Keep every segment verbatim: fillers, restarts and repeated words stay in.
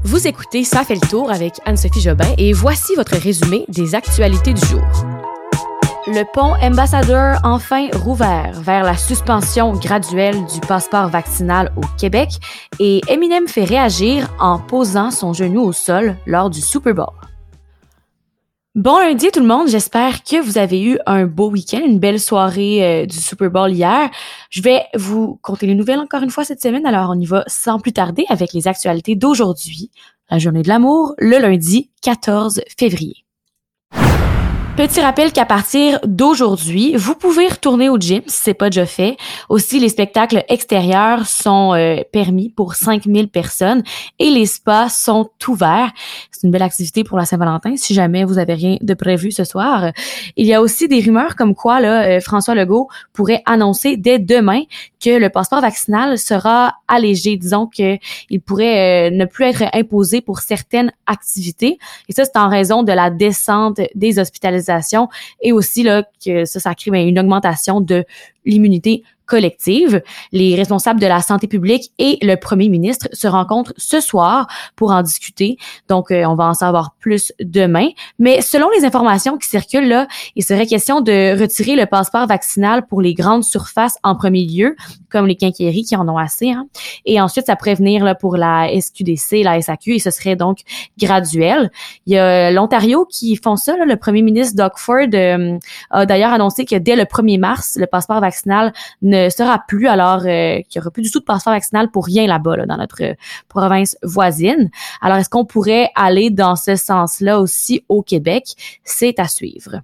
Vous écoutez Ça fait le tour avec Anne-Sophie Jobin et voici votre résumé des actualités du jour. Le pont Ambassadeur enfin rouvert vers la suspension graduelle du passeport vaccinal au Québec et Eminem fait réagir en posant son genou au sol lors du Super Bowl. Bon lundi tout le monde, j'espère que vous avez eu un beau week-end, une belle soirée euh, du Super Bowl hier. Je vais vous conter les nouvelles encore une fois cette semaine, alors on y va sans plus tarder avec les actualités d'aujourd'hui, la journée de l'amour, le lundi quatorze février. Petit rappel qu'à partir d'aujourd'hui, vous pouvez retourner au gym si c'est pas déjà fait. Aussi, les spectacles extérieurs sont euh, permis pour cinq mille personnes et les spas sont ouverts. C'est une belle activité pour la Saint-Valentin si jamais vous avez rien de prévu ce soir. Il y a aussi des rumeurs comme quoi là, euh, François Legault pourrait annoncer dès demain que le passeport vaccinal sera allégé. Disons que il pourrait euh, ne plus être imposé pour certaines activités. Et ça, c'est en raison de la descente des hospitalisations et aussi là que ça, ça crée bien, une augmentation de l'immunité collective. Les responsables de la santé publique et le premier ministre se rencontrent ce soir pour en discuter. Donc, euh, on va en savoir plus demain. Mais selon les informations qui circulent, là, il serait question de retirer le passeport vaccinal pour les grandes surfaces en premier lieu, comme les quincailleries qui en ont assez. Hein. Et ensuite, ça pourrait venir là, pour la S Q D C, la S A Q, et ce serait donc graduel. Il y a l'Ontario qui font ça. Là. Le premier ministre Doug Ford euh, a d'ailleurs annoncé que dès le premier mars, le passeport vaccinal ne sera plus, alors euh, qu'il n'y aura plus du tout de passeport vaccinal pour rien là-bas, là, dans notre euh, province voisine. Alors, est-ce qu'on pourrait aller dans ce sens-là aussi au Québec? C'est à suivre.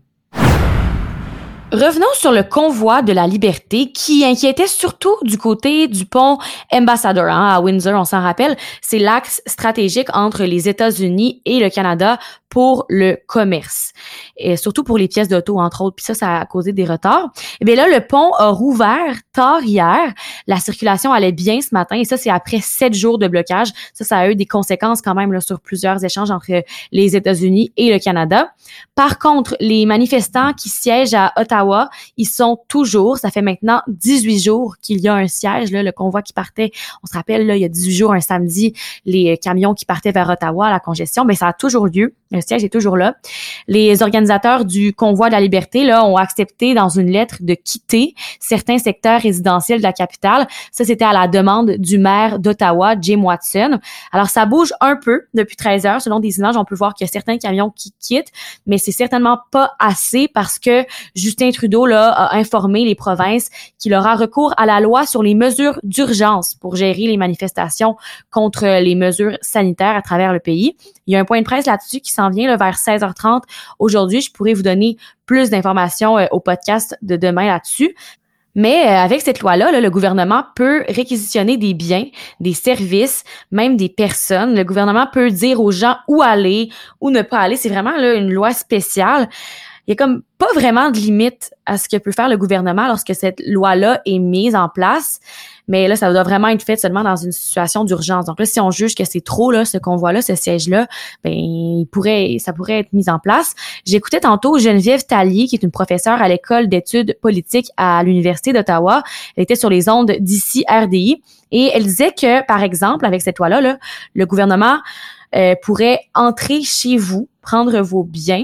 Revenons sur le convoi de la liberté qui inquiétait surtout du côté du pont Ambassadeur hein, à Windsor, on s'en rappelle. C'est l'axe stratégique entre les États-Unis et le Canada pour le commerce, et surtout pour les pièces d'auto, entre autres. Puis ça, ça a causé des retards. Et bien là, le pont a rouvert tard hier. La circulation allait bien ce matin et ça, c'est après sept jours de blocage. Ça, ça a eu des conséquences quand même là, sur plusieurs échanges entre les États-Unis et le Canada. Par contre, les manifestants qui siègent à Ottawa, ils sont toujours, ça fait maintenant dix-huit jours qu'il y a un siège, là, le convoi qui partait, on se rappelle, là, il y a dix-huit jours, un samedi, les camions qui partaient vers Ottawa, la congestion, bien, ça a toujours lieu. Le siège est toujours là. Les organisateurs du convoi de la liberté là ont accepté dans une lettre de quitter certains secteurs résidentiels de la capitale. Ça, c'était à la demande du maire d'Ottawa, Jim Watson. Alors, ça bouge un peu depuis treize heures. Selon des images, on peut voir qu'il y a certains camions qui quittent, mais c'est certainement pas assez parce que Justin Trudeau là a informé les provinces qu'il aura recours à la loi sur les mesures d'urgence pour gérer les manifestations contre les mesures sanitaires à travers le pays. Il y a un point de presse là-dessus qui s'en vient là, vers seize heures trente aujourd'hui. Je pourrais vous donner plus d'informations euh, au podcast de demain là-dessus. Mais euh, avec cette loi-là, là, le gouvernement peut réquisitionner des biens, des services, même des personnes. Le gouvernement peut dire aux gens où aller, où ne pas aller. C'est vraiment là, une loi spéciale. Il y a comme pas vraiment de limite à ce que peut faire le gouvernement lorsque cette loi-là est mise en place. Mais là, ça doit vraiment être fait seulement dans une situation d'urgence. Donc là, si on juge que c'est trop, là, ce convoi-là, ce siège-là, ben, il pourrait, ça pourrait être mis en place. J'écoutais tantôt Geneviève Tallier, qui est une professeure à l'école d'études politiques à l'Université d'Ottawa. Elle était sur les ondes d'ici R D I. Et elle disait que, par exemple, avec cette loi-là, là, le gouvernement euh, pourrait entrer chez vous, prendre vos biens.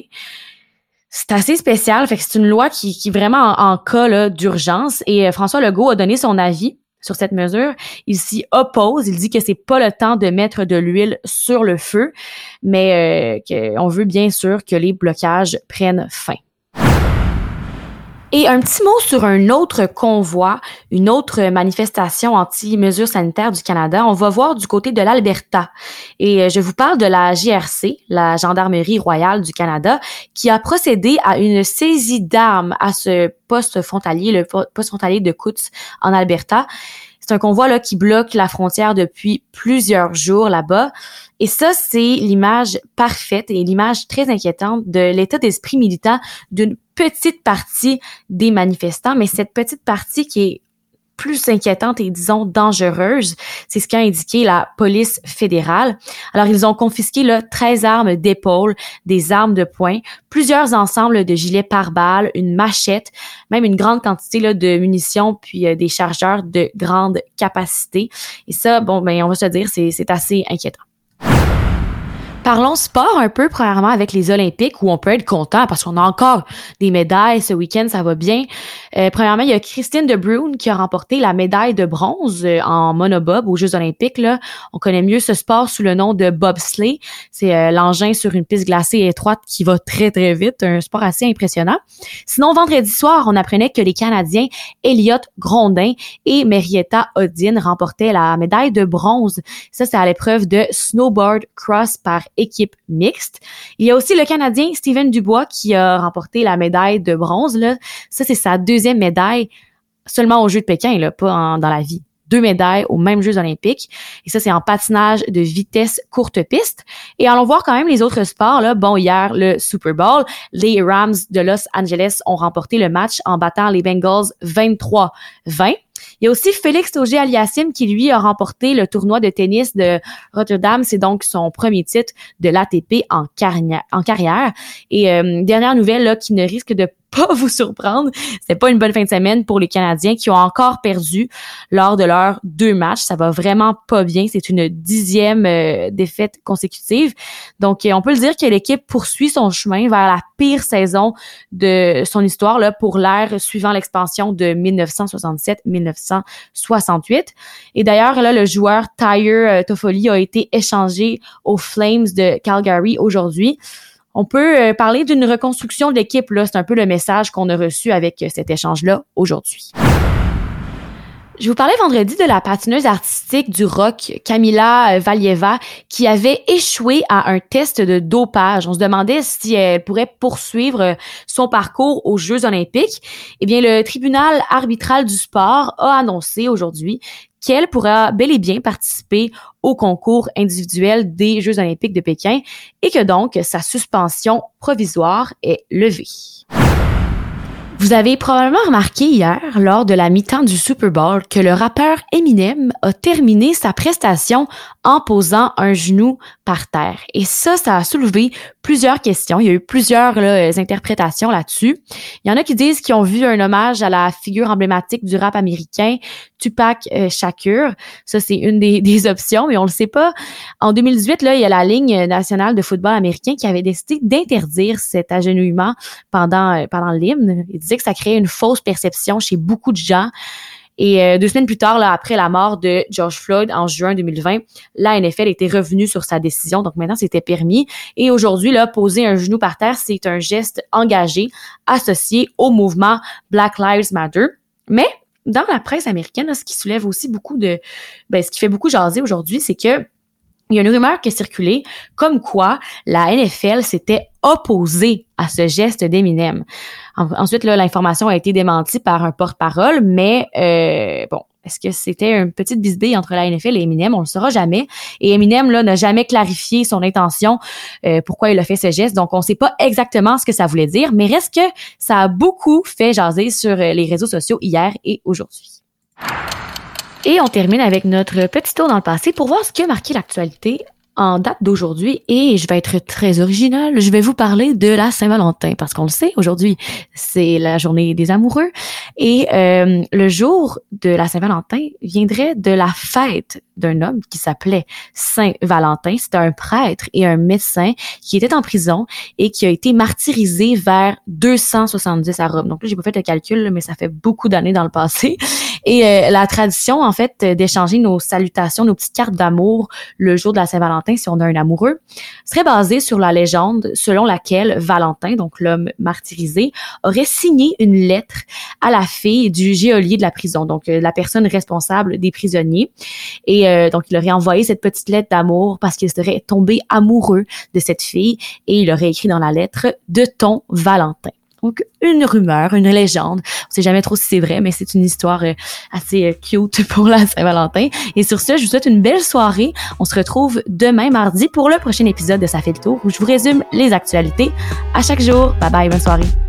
C'est assez spécial. Fait que c'est une loi qui, qui est vraiment en, en cas là, d'urgence. Et euh, François Legault a donné son avis sur cette mesure. Il s'y oppose. Il dit que c'est pas le temps de mettre de l'huile sur le feu, mais euh, qu'on veut bien sûr que les blocages prennent fin. Et un petit mot sur un autre convoi, une autre manifestation anti-mesures sanitaires du Canada. On va voir du côté de l'Alberta. Et je vous parle de la G R C, la Gendarmerie royale du Canada, qui a procédé à une saisie d'armes à ce poste frontalier, le poste frontalier de Coutts en Alberta. C'est un convoi là qui bloque la frontière depuis plusieurs jours là-bas. Et ça, c'est l'image parfaite et l'image très inquiétante de l'état d'esprit militant d'une petite partie des manifestants. Mais cette petite partie qui est plus inquiétante et, disons, dangereuse, c'est ce qu'a indiqué la police fédérale. Alors, ils ont confisqué là, treize armes d'épaule, des armes de poing, plusieurs ensembles de gilets pare-balles, une machette, même une grande quantité là, de munitions, puis euh, des chargeurs de grande capacité. Et ça, bon, ben, on va se dire, c'est, c'est assez inquiétant. Parlons sport un peu, premièrement, avec les Olympiques, où on peut être content parce qu'on a encore des médailles. Ce week-end, ça va bien. Euh, premièrement, il y a Christine De Bruyne qui a remporté la médaille de bronze euh, en monobob aux Jeux Olympiques. Là, on connaît mieux ce sport sous le nom de bobsleigh. C'est euh, l'engin sur une piste glacée et étroite qui va très, très vite. Un sport assez impressionnant. Sinon, vendredi soir, on apprenait que les Canadiens Elliott Grondin et Marietta Odine remportaient la médaille de bronze. Ça, c'est à l'épreuve de snowboard cross par équipe mixte. Il y a aussi le Canadien Steven Dubois qui a remporté la médaille de bronze. Là. Ça, c'est sa deuxième médaille seulement aux Jeux de Pékin, là, pas en, dans la vie. Deux médailles aux mêmes Jeux olympiques. Et ça, c'est en patinage de vitesse courte piste. Et allons voir quand même les autres sports. Là. Bon, hier, le Super Bowl, les Rams de Los Angeles ont remporté le match en battant les Bengals vingt-trois vingt. Il y a aussi Félix Auger-Aliassime qui, lui, a remporté le tournoi de tennis de Rotterdam. C'est donc son premier titre de l'A T P en, carrière. En carrière. Et euh, dernière nouvelle là, qui ne risque de pas vous surprendre, c'est pas une bonne fin de semaine pour les Canadiens qui ont encore perdu lors de leurs deux matchs. Ça va vraiment pas bien. C'est une dixième euh, défaite consécutive. Donc, on peut le dire que l'équipe poursuit son chemin vers la pire saison de son histoire là pour l'ère suivant l'expansion de dix-neuf cent soixante-sept dix-neuf cent soixante-huit. Et d'ailleurs, là, le joueur Tyler euh, Toffoli a été échangé aux Flames de Calgary aujourd'hui. On peut euh, parler d'une reconstruction de l'équipe, là. C'est un peu le message qu'on a reçu avec euh, cet échange-là aujourd'hui. Je vous parlais vendredi de la patineuse artistique du rock, Kamila Valieva, qui avait échoué à un test de dopage. On se demandait si elle pourrait poursuivre son parcours aux Jeux olympiques. Eh bien, le tribunal arbitral du sport a annoncé aujourd'hui qu'elle pourra bel et bien participer au concours individuel des Jeux olympiques de Pékin et que donc sa suspension provisoire est levée. Vous avez probablement remarqué hier, lors de la mi-temps du Super Bowl, que le rappeur Eminem a terminé sa prestation en posant un genou par terre. Et ça, ça a soulevé plusieurs questions. Il y a eu plusieurs là, interprétations là-dessus. Il y en a qui disent qu'ils ont vu un hommage à la figure emblématique du rap américain, Tupac euh, Shakur. Ça, c'est une des, des options, mais on le sait pas. En deux mille dix-huit, là, il y a la Ligue nationale de football américain qui avait décidé d'interdire cet agenouillement pendant, euh, pendant l'hymne. Il disait que ça créait une fausse perception chez beaucoup de gens. Et euh, deux semaines plus tard, là, après la mort de George Floyd en juin deux mille vingt, la N F L était revenue sur sa décision. Donc maintenant, c'était permis. Et aujourd'hui, là, poser un genou par terre, c'est un geste engagé associé au mouvement Black Lives Matter. Mais dans la presse américaine, là, ce qui soulève aussi beaucoup de... Ben, ce qui fait beaucoup jaser aujourd'hui, c'est que il y a une rumeur qui a circulé comme quoi la N F L s'était opposée à ce geste d'Eminem. Ensuite, là, l'information a été démentie par un porte-parole, mais euh, bon, est-ce que c'était une petite bisbille entre la N F L et Eminem? On le saura jamais. Et Eminem là n'a jamais clarifié son intention, euh, pourquoi il a fait ce geste. Donc, on ne sait pas exactement ce que ça voulait dire, mais reste que ça a beaucoup fait jaser sur les réseaux sociaux hier et aujourd'hui. Et on termine avec notre petit tour dans le passé pour voir ce qui a marqué l'actualité en date d'aujourd'hui. Et je vais être très originale. Je vais vous parler de la Saint-Valentin parce qu'on le sait, aujourd'hui, c'est la journée des amoureux. Et euh, le jour de la Saint-Valentin viendrait de la fête d'un homme qui s'appelait Saint-Valentin. C'était un prêtre et un médecin qui était en prison et qui a été martyrisé vers deux cent soixante-dix à Rome. Donc là, j'ai pas fait le calcul, mais ça fait beaucoup d'années dans le passé. Et euh, la tradition, en fait, d'échanger nos salutations, nos petites cartes d'amour le jour de la Saint-Valentin, si on a un amoureux, serait basée sur la légende selon laquelle Valentin, donc l'homme martyrisé, aurait signé une lettre à la fille du geôlier de la prison, donc euh, la personne responsable des prisonniers. Et euh, donc, il aurait envoyé cette petite lettre d'amour parce qu'il serait tombé amoureux de cette fille et il aurait écrit dans la lettre « De ton Valentin ». Donc, une rumeur, une légende. On sait jamais trop si c'est vrai, mais c'est une histoire euh, assez euh, cute pour la Saint-Valentin. Et sur ce, je vous souhaite une belle soirée. On se retrouve demain mardi pour le prochain épisode de Ça fait le tour où je vous résume les actualités à chaque jour. Bye bye, bonne soirée.